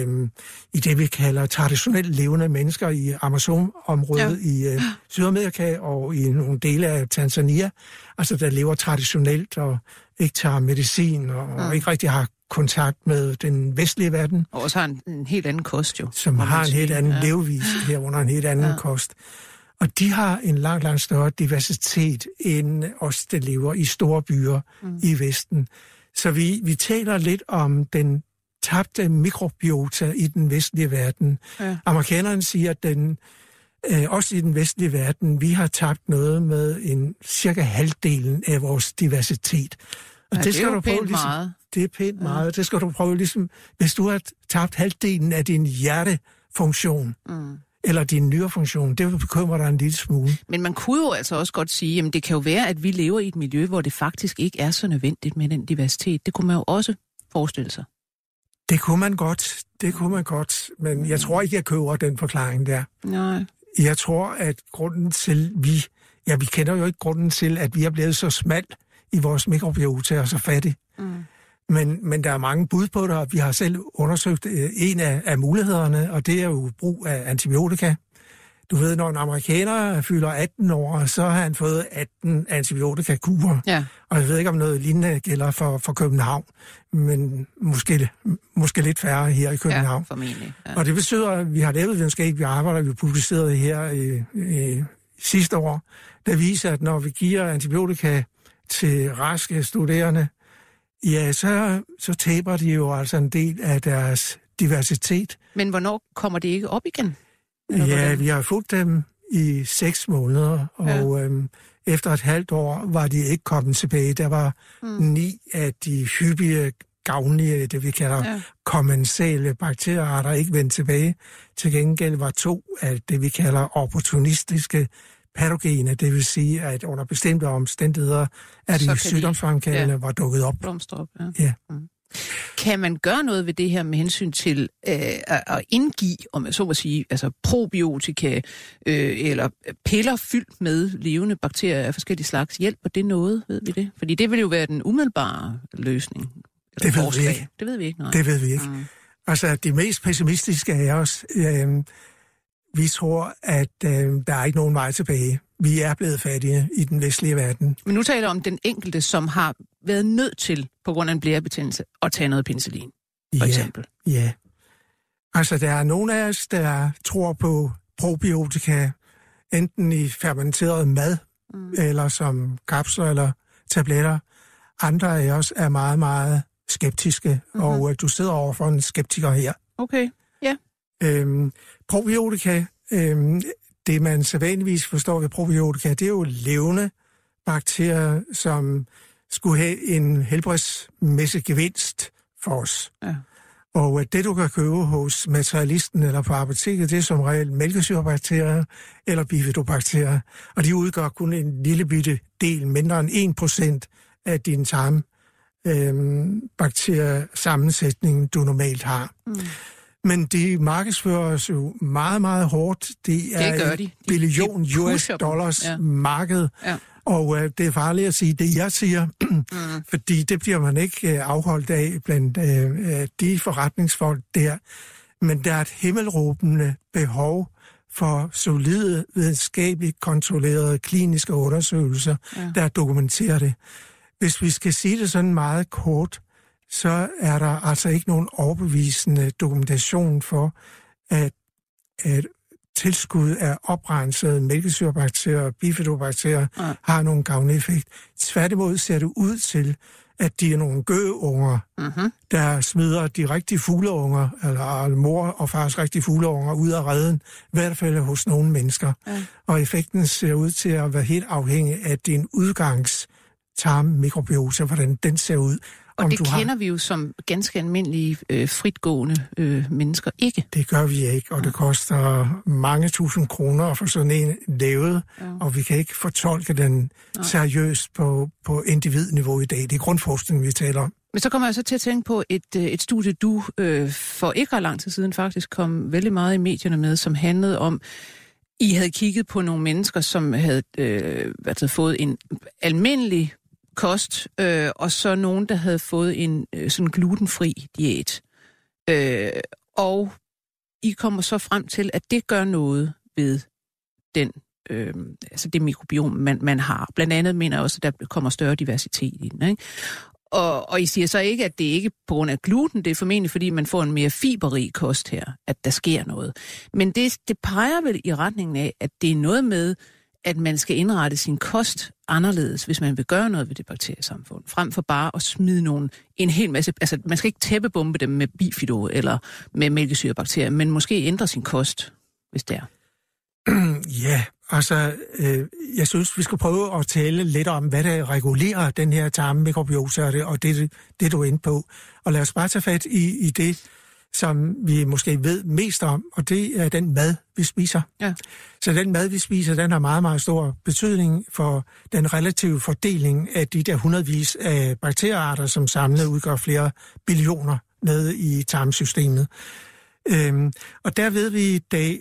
i det, vi kalder traditionelt levende mennesker i Amazon-området i Sydamerika og i nogle dele af Tanzania. Altså, der lever traditionelt og ikke tager medicin og ikke rigtig har kontakt med den vestlige verden. Og også har en helt anden kost, jo. Som har en helt anden levevis herunder en helt anden kost. Og de har en langt større diversitet end os, der lever i store byer i Vesten. Så vi taler lidt om den tabte mikrobiota i den vestlige verden. Ja. Amerikanerne siger, at også i den vestlige verden, vi har tabt noget med cirka halvdelen af vores diversitet. Og det skal du prøve, meget. Det er pænt meget. Det skal du prøve, ligesom, hvis du har tabt halvdelen af din hjertefunktion, eller din nyrefunktion, det bekymrer dig en lille smule. Men man kunne jo altså også godt sige, at det kan jo være, at vi lever i et miljø, hvor det faktisk ikke er så nødvendigt med den diversitet. Det kunne man jo også forestille sig. Det kunne man godt, men jeg tror ikke, jeg køber den forklaring der. Nej. Jeg tror, at grunden til, vi kender jo ikke grunden til, at vi er blevet så smal i vores mikrobiota og så fattige. Men der er mange bud på det, og vi har selv undersøgt en af mulighederne, og det er jo brug af antibiotika. Du ved, når en amerikaner fylder 18 år, så har han fået 18 antibiotikakurer. Ja. Og jeg ved ikke, om noget lignende gælder for København, men måske lidt færre her i København. Ja, formentlig. Ja. Og det betyder, at vi har lavet videnskabelige arbejder, vi publicerede her sidste år, der viser, at når vi giver antibiotika til raske studerende, ja, så taber de jo altså en del af deres diversitet. Men hvornår kommer det ikke op igen? Ja, vi har fulgt dem i 6 måneder, og efter et halvt år var de ikke kommet tilbage. Der var 9 af de hyppige, gavnlige, det vi kalder kommensale bakteriearter, ikke vendt tilbage. Til gengæld var 2 af det, vi kalder opportunistiske patogene, det vil sige, at under bestemte omstændigheder, at de sygdomsfremkaldende var dukket op. Blomster op, ja. Kan man gøre noget ved det her med hensyn til at indgive, om jeg så må sige, altså probiotika eller piller fyldt med levende bakterier af forskellige slags? Hjælper det noget, ved vi det? Fordi det vil jo være den umiddelbare løsning. Det ved vi ikke. Det ved vi ikke, nej. Det ved vi ikke. Altså, de mest pessimistiske af os, vi tror, at der er ikke nogen vej tilbage. Vi er blevet fattige i den vestlige verden. Men nu taler jeg om den enkelte, som har været nødt til, på grund af en blærebetændelse, at tage noget penicillin, for eksempel. Ja. Altså, der er nogle af os, der tror på probiotika, enten i fermenteret mad, eller som kapsler eller tabletter. Andre af os er meget, meget skeptiske, og du sidder over for en skeptiker her. Okay, ja. Probiotika, det man sædvanligvis forstår ved probiotika, det er jo levende bakterier, som skulle have en helbredsmæssig gevinst for os. Ja. Og det, du kan købe hos materialisten eller på apoteket, det er som regel mælkesyrebakterier eller bifidobakterier. Og de udgør kun en lille bitte del, mindre end 1% af din tarmbakteriesammensætning, du normalt har. Men de markedsføres jo meget, meget hårdt. Det er et billion US-dollars marked. Ja. Og det er farligt at sige det, jeg siger, fordi det bliver man ikke afholdt af blandt de forretningsfolk der. Men der er et himmelråbende behov for solide, videnskabeligt kontrollerede kliniske undersøgelser, der dokumenterer det. Hvis vi skal sige det sådan meget kort, så er der altså ikke nogen overbevisende dokumentation for, at tilskud af oprensede mælkesyrebakterier og bifidobakterier har nogen gavnlig effekt. Tværtimod ser det ud til, at de er nogle gøgeunger, der smider de rigtige fugleunger, eller mor og fars rigtige fugleunger ud af reden, i hvert fald hos nogle mennesker. Ja. Og effekten ser ud til at være helt afhængig af din udgangstarmmikrobiota, hvordan den ser ud. Og det kender vi jo som ganske almindelige fritgående mennesker ikke. Det gør vi ikke, og det koster mange tusind kroner at få sådan en lavet, og vi kan ikke fortolke den seriøst på individniveau i dag. Det er grundforskning, vi taler om. Men så kommer jeg så til at tænke på et studie, du for ikke ret lang tid siden faktisk kom vældig meget i medierne med, som handlede om, I havde kigget på nogle mennesker, som havde fået en almindelig kost, og så nogen, der havde fået en sådan glutenfri diæt. Og I kommer så frem til, at det gør noget ved den, altså det mikrobiom, man har. Blandt andet mener jeg også, at der kommer større diversitet i den, ikke? Og I siger så ikke, at det ikke er på grund af gluten, det er formentlig, fordi man får en mere fiberrig kost her, at der sker noget. Men det peger vel i retningen af, at det er noget med, at man skal indrette sin kost anderledes, hvis man vil gøre noget ved det bakteriesamfund, frem for bare at smide en hel masse, altså man skal ikke tæppebombe dem med bifido eller med mælkesyrebakterier, men måske ændre sin kost, hvis det er. Ja, altså, jeg synes, vi skal prøve at tale lidt om, hvad der regulerer den her tarmmikrobiose, og det du er inde på. Og lad os bare tage fat i det, som vi måske ved mest om, og det er den mad, vi spiser. Ja. Så den mad, vi spiser, den har meget, meget stor betydning for den relative fordeling af de der hundredvis af bakteriearter, som samlet udgør flere billioner nede i tarmsystemet. Og der ved vi i dag,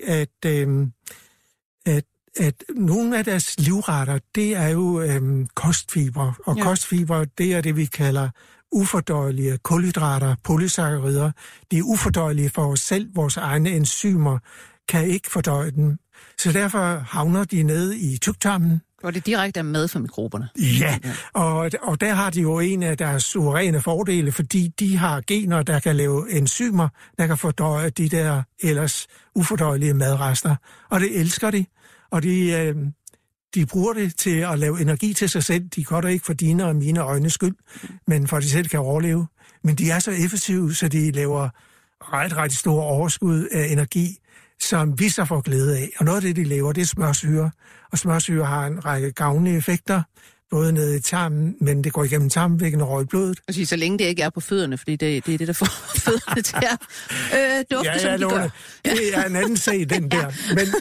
at nogle af deres livretter, det er jo kostfibre. Og kostfibre, det er det, vi kalder ufordøjelige kulhydrater, polysakkarider. De er ufordøjelige for os selv. Vores egne enzymer kan ikke fordøje dem. Så derfor havner de nede i tyktarmen. Og det direkte er mad for mikroberne. Ja, og der har de jo en af deres suveræne fordele, fordi de har gener, der kan lave enzymer, der kan fordøje de der ellers ufordøjelige madrester. Og det elsker de. Og de bruger det til at lave energi til sig selv. De gør det ikke for dine og mine øjnes skyld, men for at de selv kan overleve. Men de er så effektive, så de laver ret store overskud af energi, som vi så får glæde af. Og noget af det, de laver, det er smørsyre. Og smørsyre har en række gavnlige effekter, både nede i tarmen, men det går igennem tarmvæggen og røg i blodet. Så længe det ikke er på fødderne, fordi det er det, der får fødderne til at dufte, som de gør. Det er en anden sag, den der.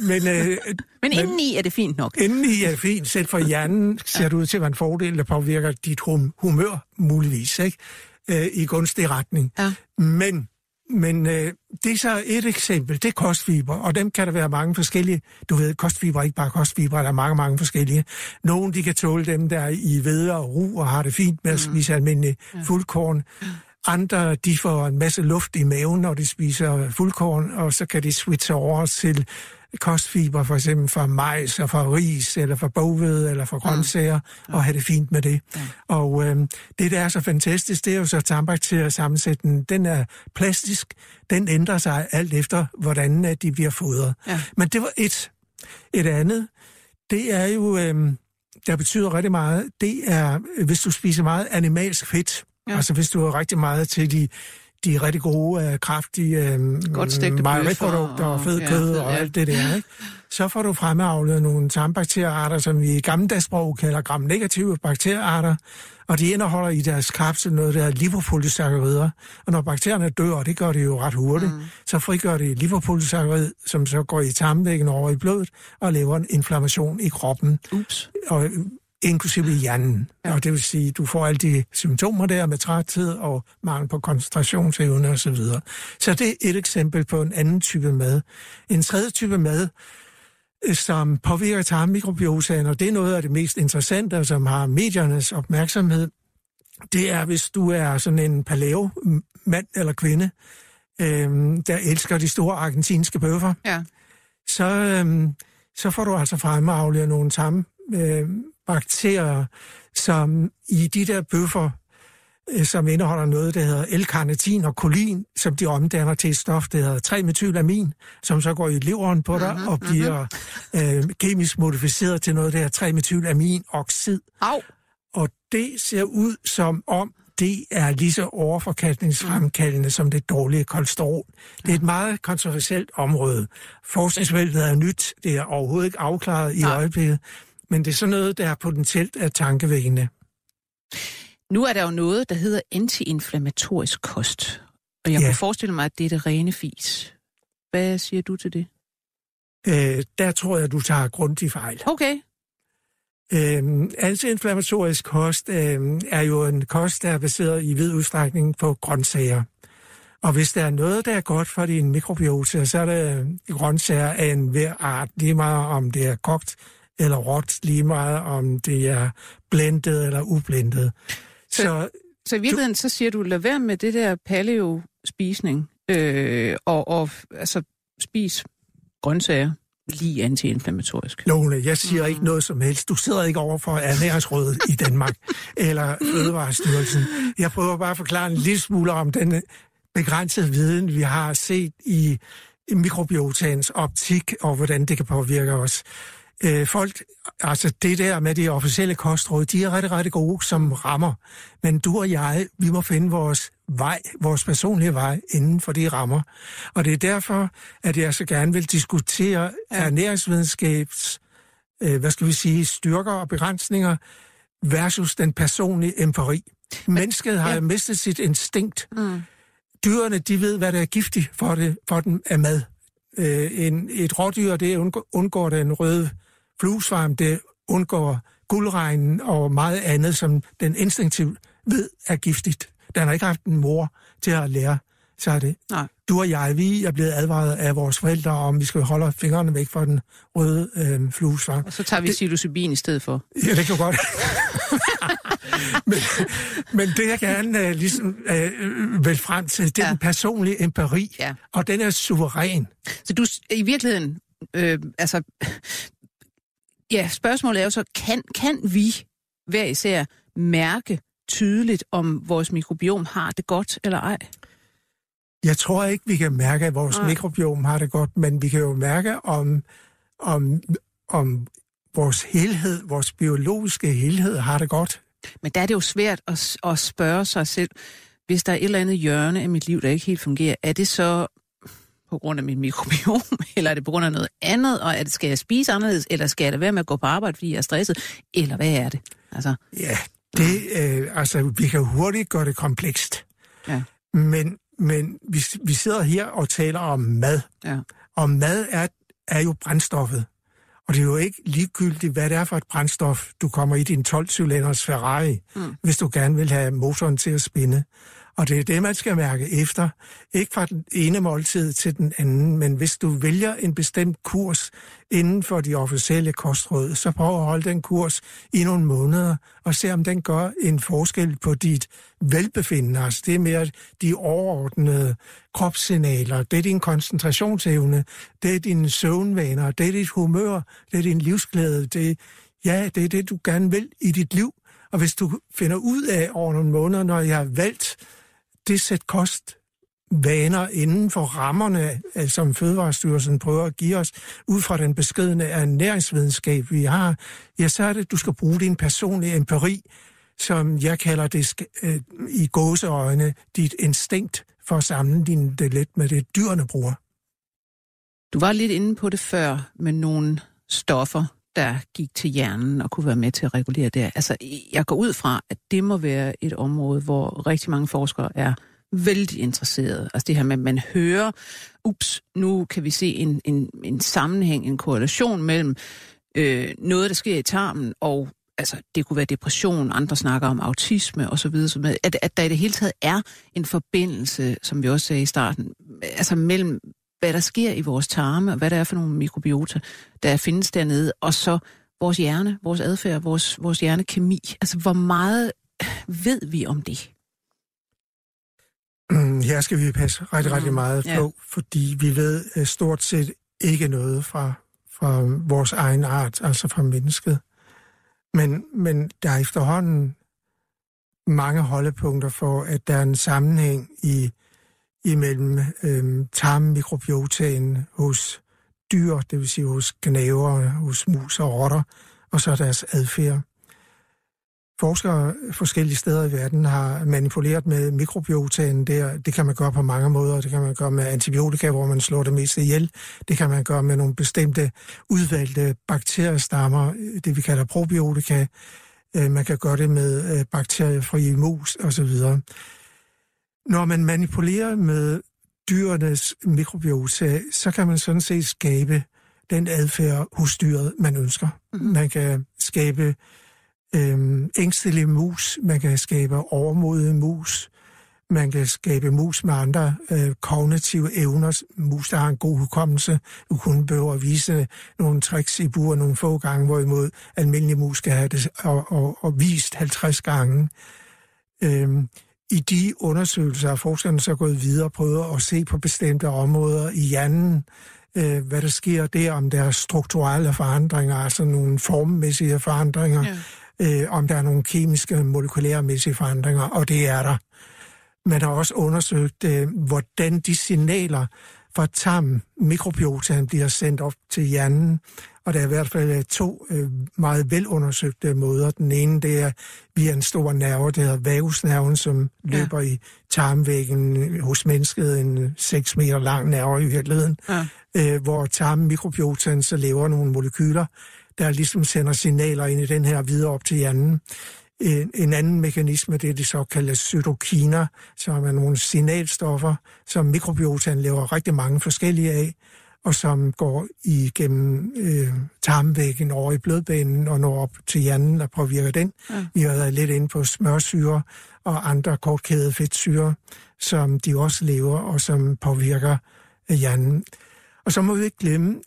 Men indeni er det fint nok. Indeni er det fint. Selv for hjernen ser det ud til at være en fordel, der påvirker dit humør muligvis, ikke? I gunstig retning. Ja. Men det er så et eksempel, det er kostfiber, og dem kan der være mange forskellige. Du ved, kostfiber er ikke bare kostfiber, der er mange forskellige. Nogle, de kan tåle dem, der er i hvede og ru og har det fint med at spise almindelig fuldkorn. Andre, de får en masse luft i maven, når de spiser fuldkorn, og så kan de switche over til kostfiber, for eksempel fra majs og fra ris, eller fra boghvede, eller fra grøntsager, og have det fint med det. Ja. Og det, der er så fantastisk, det er jo så tarmbakteriesammensætningen. Den er plastisk, den ændrer sig alt efter, hvordan de bliver fodret. Ja. Men det var et andet. Det er jo, der betyder rigtig meget, det er, hvis du spiser meget animalsk fedt, altså hvis du har rigtig meget til de rigtig gode, kraftige mejeriprodukter og fedkød og alt det der, ikke? Så får du fremavlet nogle tarmbakteriearter, som vi i gammeldags sprog kalder gram-negative bakteriearter, og de indeholder i deres kapsel noget, der hedder lipopolysakkarider. Og når bakterierne dør, og det gør de jo ret hurtigt, så frigør de lipopolysakkarid, som så går i tarmvæggen over i blodet og laver en inflammation i kroppen. Og inklusive i hjernen. Ja. Og det vil sige, at du får alle de symptomer der med træthed og mangel på koncentrationsevne osv. Så det er et eksempel på en anden type mad. En tredje type mad, som påvirker tarmmikrobiosaen, og det er noget af det mest interessante, som har mediernes opmærksomhed, det er, hvis du er sådan en paleo-mand eller kvinde, der elsker de store argentinske bøffer, så får du altså fremavlet nogle bakterier, som i de der bøffer, som indeholder noget, der hedder L-carnitin og kolin, som de omdanner til et stof, der hedder 3-metylamin, som så går i leveren på dig og bliver kemisk modificeret til noget, der hedder 3-metylaminoxid. Og det ser ud som om, det er lige så overforkalkningsfremkaldende som det dårlige kolesterol. Det er et meget kontroversielt område. Forskningsfeltet er nyt, det er overhovedet ikke afklaret i øjeblikket, men det er sådan noget, der er potentielt af tankevækkende. Nu er der jo noget, der hedder antiinflammatorisk kost. Og jeg kan forestille mig, at det er det rene fis. Hvad siger du til det? Der tror jeg, du tager grundigt fejl. Okay. Antiinflammatorisk kost er jo en kost, der er baseret i vid udstrækning på grøntsager. Og hvis der er noget, der er godt for din mikrobiota, så er det grøntsager af enhver art, lige meget om det er kogt eller råt, lige meget om det er blendet eller ublendet. Så i virkeligheden, så siger du, lad være med det der paleo-spisning, og altså spis grøntsager, lige antiinflammatorisk. Lone, jeg siger ikke noget som helst. Du sidder ikke over for Ernæringsrådet i Danmark, eller Fødevarestyrelsen. Jeg prøver bare at forklare en lille smule om den begrænsede viden, vi har set i mikrobiotaens optik, og hvordan det kan påvirke os. Folk, altså det der med de officielle kostråd, de er rigtig, rigtig gode som rammer. Men du og jeg, vi må finde vores vej, vores personlige vej inden for de rammer. Og det er derfor, at jeg så gerne vil diskutere ernæringsvidenskabs, styrker og begrænsninger versus den personlige empiri. Mennesket har mistet sit instinkt. Dyrene, de ved, hvad der er giftigt for den er mad. Et rådyr, det undgår den røde fluesvarm, det undgår guldregnen og meget andet, som den instinktivt ved er giftigt. Den har ikke haft en mor til at lære sig det. Nej. Du og jeg, vi er blevet advaret af vores forældre, om vi skal holde fingrene væk fra den røde fluesvarm. Og så tager vi psilocybin i stedet for. Ja, det kan godt. men det jeg gerne vil frem til, det er den personlige empiri, og den er suveræn. Så du i virkeligheden, spørgsmålet er jo så, kan vi hver især mærke tydeligt, om vores mikrobiom har det godt eller ej? Jeg tror ikke, vi kan mærke, at vores mikrobiom har det godt, men vi kan jo mærke, om vores helhed, vores biologiske helhed har det godt. Men der er det jo svært at spørge sig selv, hvis der er et eller andet hjørne af mit liv, der ikke helt fungerer, er det så på grund af mit mikrobiom, eller er det på grund af noget andet, og skal jeg spise anderledes, eller skal jeg da være med at gå på arbejde, fordi jeg er stresset, eller hvad er det? Altså. Ja, vi kan hurtigt gøre det komplekst. Ja. Men vi sidder her og taler om mad. Ja. Og mad er jo brændstoffet. Og det er jo ikke ligegyldigt, hvad det er for et brændstof, du kommer i din 12-cylinders Ferrari, hvis du gerne vil have motoren til at spinde. Og det er det, man skal mærke efter. Ikke fra den ene måltid til den anden, men hvis du vælger en bestemt kurs inden for de officielle kostråd, så prøv at holde den kurs i nogle måneder og se, om den gør en forskel på dit velbefindende. Altså det er mere de overordnede kropssignaler, det er din koncentrationsevne, det er dine søvnvaner, det er dit humør, det er din livsglæde, det er det, du gerne vil i dit liv. Og hvis du finder ud af over nogle måneder, når jeg har valgt det sæt kostvaner inden for rammerne, som Fødevarestyrelsen prøver at give os, ud fra den beskedne ernæringsvidenskab, vi har, ja, så er det, du skal bruge din personlige empiri, som jeg kalder det i gåseøjne, dit instinkt for at sammenligne det lidt med det, dyrene bruger. Du var lidt inde på det før med nogle stoffer, der gik til hjernen og kunne være med til at regulere det. Altså, jeg går ud fra, at det må være et område, hvor rigtig mange forskere er vældig interesserede. Altså det her med, at man hører, nu kan vi se en sammenhæng, en korrelation mellem noget, der sker i tarmen, og altså, det kunne være depression, andre snakker om autisme osv. At der i det hele taget er en forbindelse, som vi også sagde i starten, altså mellem hvad der sker i vores tarme, og hvad der er for nogle mikrobiota, der findes dernede, og så vores hjerne, vores adfærd, vores hjernekemi. Altså, hvor meget ved vi om det? Her skal vi passe rigtig meget på, fordi vi ved stort set ikke noget fra vores egen art, altså fra mennesket. Men der er efterhånden mange holdepunkter for, at der er en sammenhæng imellem tarmmikrobiotaen hos dyr, det vil sige hos gnavere, hos mus og rotter, og så deres adfærd. Forskere forskellige steder i verden har manipuleret med mikrobiotaen der. Det kan man gøre på mange måder. Det kan man gøre med antibiotika, hvor man slår det mest ihjel. Det kan man gøre med nogle bestemte udvalgte bakteriestammer, det vi kalder probiotika. Man kan gøre det med bakteriefri mus osv. Når man manipulerer med dyrenes mikrobiota, så kan man sådan set skabe den adfærd hos dyret, man ønsker. Mm-hmm. Man kan skabe ængstelige mus, man kan skabe overmodige mus, Man kan skabe mus med andre kognitive evner. Mus, der har en god hukommelse. Du kun behøver at vise nogle tricks i bur nogle få gange, hvorimod almindelige mus skal have det og vist 50 gange. I de undersøgelser er forskerne så gået videre og prøvet at se på bestemte områder i hjernen, hvad der sker der, om der er strukturelle forandringer, altså nogle formmæssige forandringer, om der er nogle kemiske, molekylærmæssige forandringer, og det er der. Man har også undersøgt, hvordan de signaler fra tarmen, mikrobiotaen, bliver sendt op til hjernen. Og der er i hvert fald 2 meget velundersøgte måder. Den ene, det er via en stor nerve, der hedder vagusnerven, som løber i tarmvæggen hos mennesket, en 6 meter lang nerve i virkeligheden, hvor tarmen, mikrobiotaen, så lever nogle molekyler, der ligesom sender signaler ind i den her videre op til hjernen. En anden mekanisme, det er de såkaldte cytokiner, som er nogle signalstoffer, som mikrobiotaen laver rigtig mange forskellige af, og som går igennem tarmvæggen over i blodbanen og når op til hjernen og påvirker den. Vi har været lidt inde på smørsyre og andre kortkædede fedtsyre, som de også lever og som påvirker hjernen. Og så må vi ikke glemme,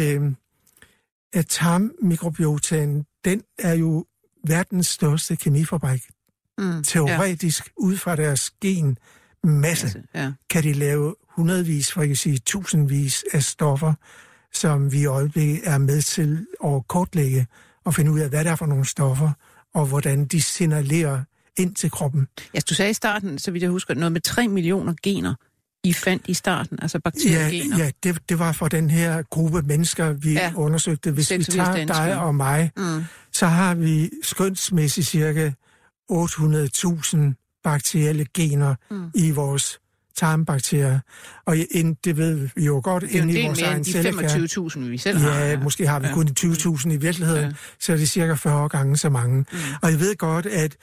at tarmmikrobiotaen, den er jo verdens største kemifabrik. Teoretisk, ud fra deres genmasse, kan de lave hundredvis, for ikke at sige tusindvis af stoffer, som vi i øjeblikket er med til at kortlægge og finde ud af, hvad det er for nogle stoffer, og hvordan de signalerer ind til kroppen. Ja, du sagde i starten, så vidt jeg husker, noget med 3 millioner gener, I fandt i starten, altså bakteriegener. Ja, det var for den her gruppe mennesker, vi undersøgte. Hvis vi tager dig og mig, så har vi skønsmæssigt cirka 800.000 bakterielle gener i vores tarmbakterier. Og det ved vi jo godt inde i vores egen cellekerne. Det er 25.000, vi selv har. Ja, måske har vi kun 20.000 i virkeligheden, så er det cirka 40 gange så mange. Og jeg ved godt, at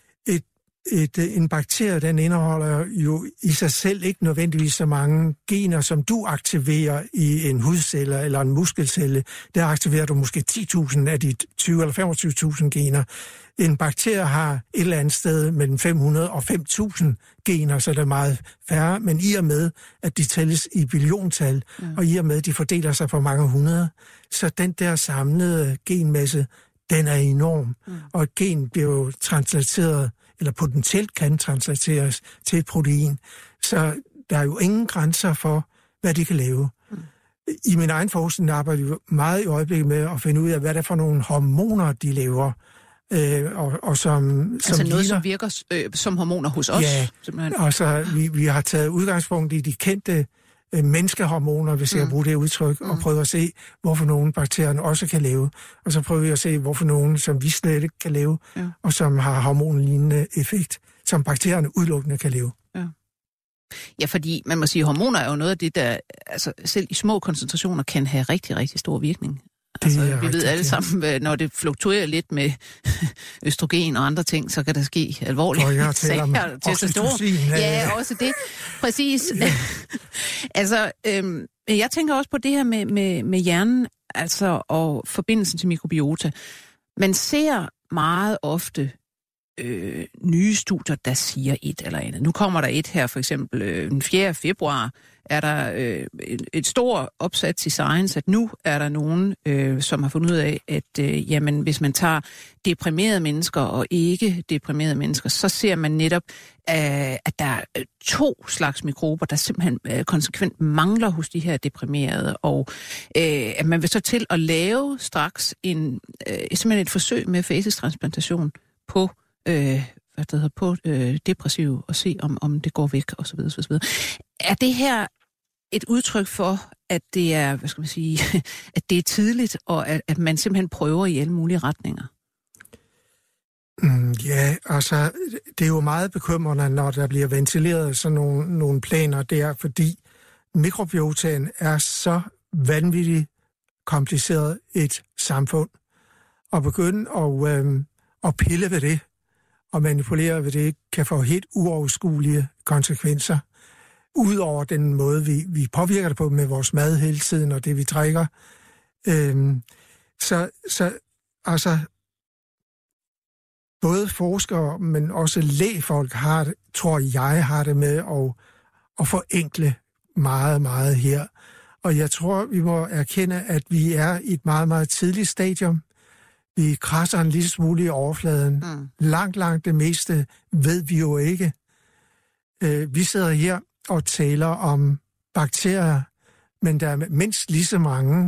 en bakterie, den indeholder jo i sig selv ikke nødvendigvis så mange gener, som du aktiverer i en hudcelle eller en muskelcelle. Der aktiverer du måske 10.000 af de 20 eller 25.000 gener. En bakterie har et eller andet sted mellem 500 og 5.000 gener, så det er meget færre, men i og med, at de tælles i billiontal, og i og med, at de fordeler sig på mange hundrede, så den der samlede genmasse, den er enorm. Og et gen bliver jo translateret, eller potentielt kan translateres til et protein. Så der er jo ingen grænser for, hvad de kan lave. I min egen forskning arbejder vi meget i øjeblikket med at finde ud af, hvad det er for nogle hormoner, de laver. Og som altså noget, ligner, som virker som hormoner hos os? Ja, simpelthen. Og så vi har taget udgangspunkt i de kendte menneskehormoner, hvis jeg kan bruge det udtryk, og prøve at se, hvorfor nogle bakterierne også kan leve. Og så prøver vi at se, hvorfor nogle, som vi slet ikke kan leve, og som har hormonlignende effekt, som bakterierne udelukkende kan leve. Ja, fordi man må sige, at hormoner er jo noget af det, der altså, selv i små koncentrationer kan have rigtig, rigtig stor virkning. Altså, vi ved alle sammen, når det fluktuerer lidt med østrogen og andre ting, så kan der ske alvorlige sager. Testosteron. Ja, også det. Præcis. Altså, jeg tænker også på det her med hjernen, altså, og forbindelsen til mikrobiota. Man ser meget ofte nye studier, der siger et eller andet. Nu kommer der et her, for eksempel den 4. februar, er der et stort opsats i Science, at nu er der nogen, som har fundet ud af, at jamen, hvis man tager deprimerede mennesker og ikke deprimerede mennesker, så ser man netop, at der er 2 slags mikrober, der simpelthen konsekvent mangler hos de her deprimerede, og at man vil så til at lave straks simpelthen et forsøg med facetransplantation på depressive og se, om det går væk, og så videre, så videre. Er det her et udtryk for, at det er, hvad skal man sige, at det er tidligt, og at man simpelthen prøver i alle mulige retninger? Ja, altså, det er jo meget bekymrende, når der bliver ventileret sådan nogle planer der, fordi mikrobiotaen er så vanvittigt kompliceret et samfund. Og begynde at pille ved det, og manipulere ved det, kan få helt uoverskuelige konsekvenser. Udover den måde, vi påvirker det på med vores mad hele tiden, og det vi drikker. Så altså, både forskere, men også lægfolk har det med at forenkle meget, meget her. Og jeg tror, vi må erkende, at vi er i et meget, meget tidligt stadium. Vi krasser en lille smule i overfladen. Langt det meste ved vi jo ikke. Vi sidder her og taler om bakterier, men der er mindst lige så mange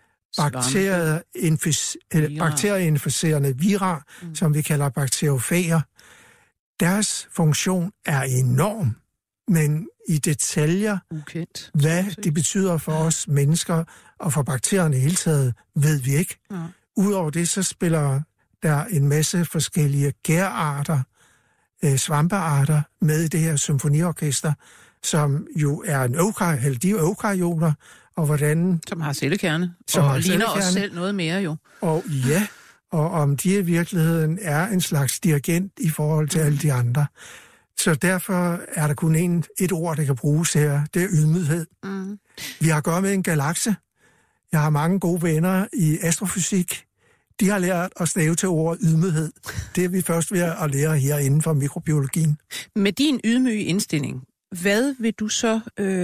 bakterieinficerende vira, som vi kalder bakteriofager. Deres funktion er enorm, men i detaljer, ukendt. Hvad det betyder for os mennesker og for bakterierne i hele taget, ved vi ikke. Ja. Udover det, så spiller der en masse forskellige gærarter, svampearter med i det her symfoniorkester, som jo er de er eukaryoter, og hvordan... Som har cellekerne, og ligner os selv noget mere jo. Og ja, og om de i virkeligheden er en slags dirigent i forhold til alle de andre. Så derfor er der kun et ord, der kan bruges her. Det er ydmyghed. Vi har at gøre med en galakse. Jeg har mange gode venner i astrofysik. De har lært at stave til ordet ydmyghed. Det er vi først ved at lære her inden for mikrobiologien. Med din ydmyge indstilling, hvad vil du så...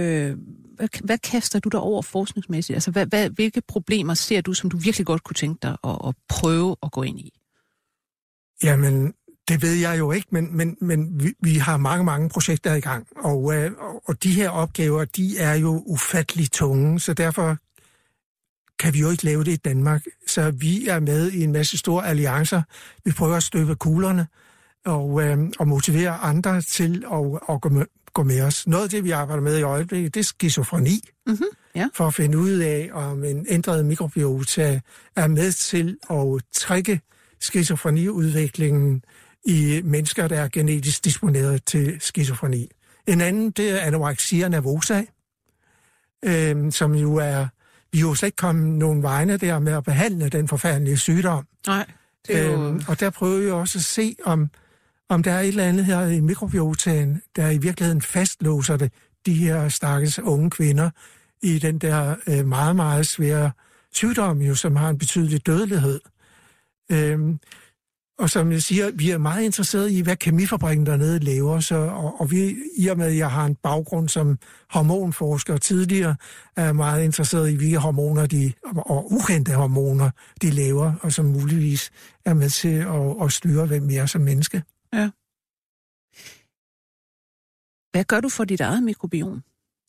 hvad kaster du dig over forskningsmæssigt? Altså, hvilke problemer ser du, som du virkelig godt kunne tænke dig at prøve at gå ind i? Jamen... Det ved jeg jo ikke, men vi har mange projekter i gang, og de her opgaver, de er jo ufattelig tunge, så derfor kan vi jo ikke lave det i Danmark. Så vi er med i en masse store alliancer. Vi prøver at støbe kuglerne og motivere andre til at gå med os. Noget af det, vi arbejder med i øjeblikket, det er skizofreni. Ja. For at finde ud af, om en ændret mikrobiota er med til at trække skizofreniudviklingen i mennesker, der er genetisk disponeret til skizofreni. En anden, det er anoreksia nervosa, som jo er... Vi er jo slet ikke kommet nogen vegne der med at behandle den forfærdelige sygdom. Nej. Og der prøver vi også at se, om der er et eller andet her i mikrobiotaen, der i virkeligheden fastlåser det, de her stakkels unge kvinder, i den der meget, meget svære sygdom, jo, som har en betydelig dødelighed. Og som jeg siger, vi er meget interesserede i, hvad kemifabrikken dernede laver, og vi, i og med, at jeg har en baggrund som hormonforsker tidligere, er meget interesseret i, hvilke hormoner og ukendte hormoner de laver, og som muligvis er med til at styre, hvem vi er som menneske. Ja. Hvad gør du for dit eget mikrobiom?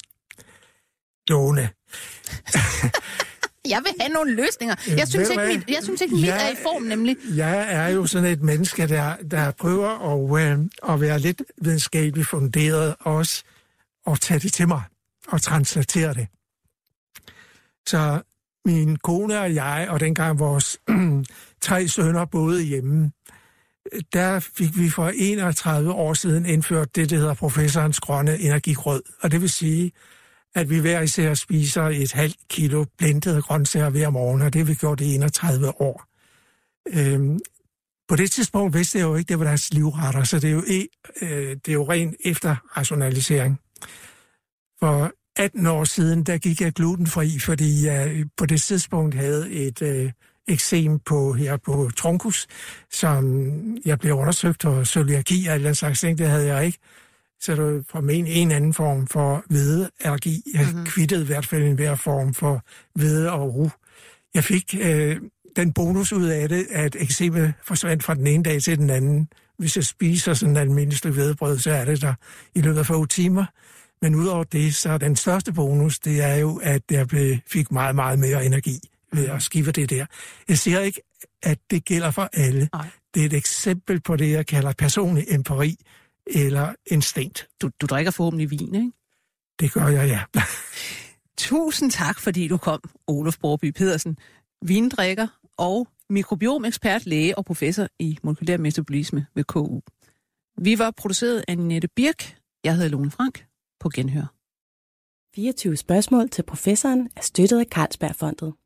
Lone. Jeg vil have nogle løsninger. Jeg synes ikke, mit er i form, nemlig. Jeg er jo sådan et menneske, der prøver at være lidt videnskabeligt funderet også, og tage det til mig og translatere det. Så min kone og jeg, og dengang vores 3 sønner boede hjemme, der fik vi for 31 år siden indført det, der hedder professorens grønne energigrød. Og det vil sige, at vi hver især spiser 1,5 kilo blendede grøntsager hver morgen, og det har vi gjort i 31 år. På det tidspunkt vidste jeg jo ikke, det var deres livretter, så det er jo ren efterrationalisering. For 18 år siden, der gik jeg glutenfri, fordi jeg på det tidspunkt havde et eksem her på truncus, som jeg blev undersøgt for cøliaki og alle slags ting, det havde jeg ikke. Så det var fra en anden form for hvedeallergi. Jeg kvittede i hvert fald en hver form for hvede og ru. Jeg fik den bonus ud af det, at eksemet forsvandt fra den ene dag til den anden. Hvis jeg spiser sådan en almindelig stykke hvedebrød, så er det der i løbet af få timer. Men udover det, så den største bonus, det er jo, at jeg fik meget, meget mere energi ved at skive det der. Jeg siger ikke, at det gælder for alle. Nej. Det er et eksempel på det, jeg kalder personlig empiri, eller instinkt. Du drikker forhåbentlig vin, ikke? Det gør jeg, ja. Tusind tak, fordi du kom, Oluf Borby Pedersen, vindrikker og mikrobiomekspert, læge og professor i molekylær metabolisme ved KU. Vi var produceret af Nette Birk. Jeg hedder Lone Frank. På genhør. 24 spørgsmål til professoren er støttet af Carlsbergfondet.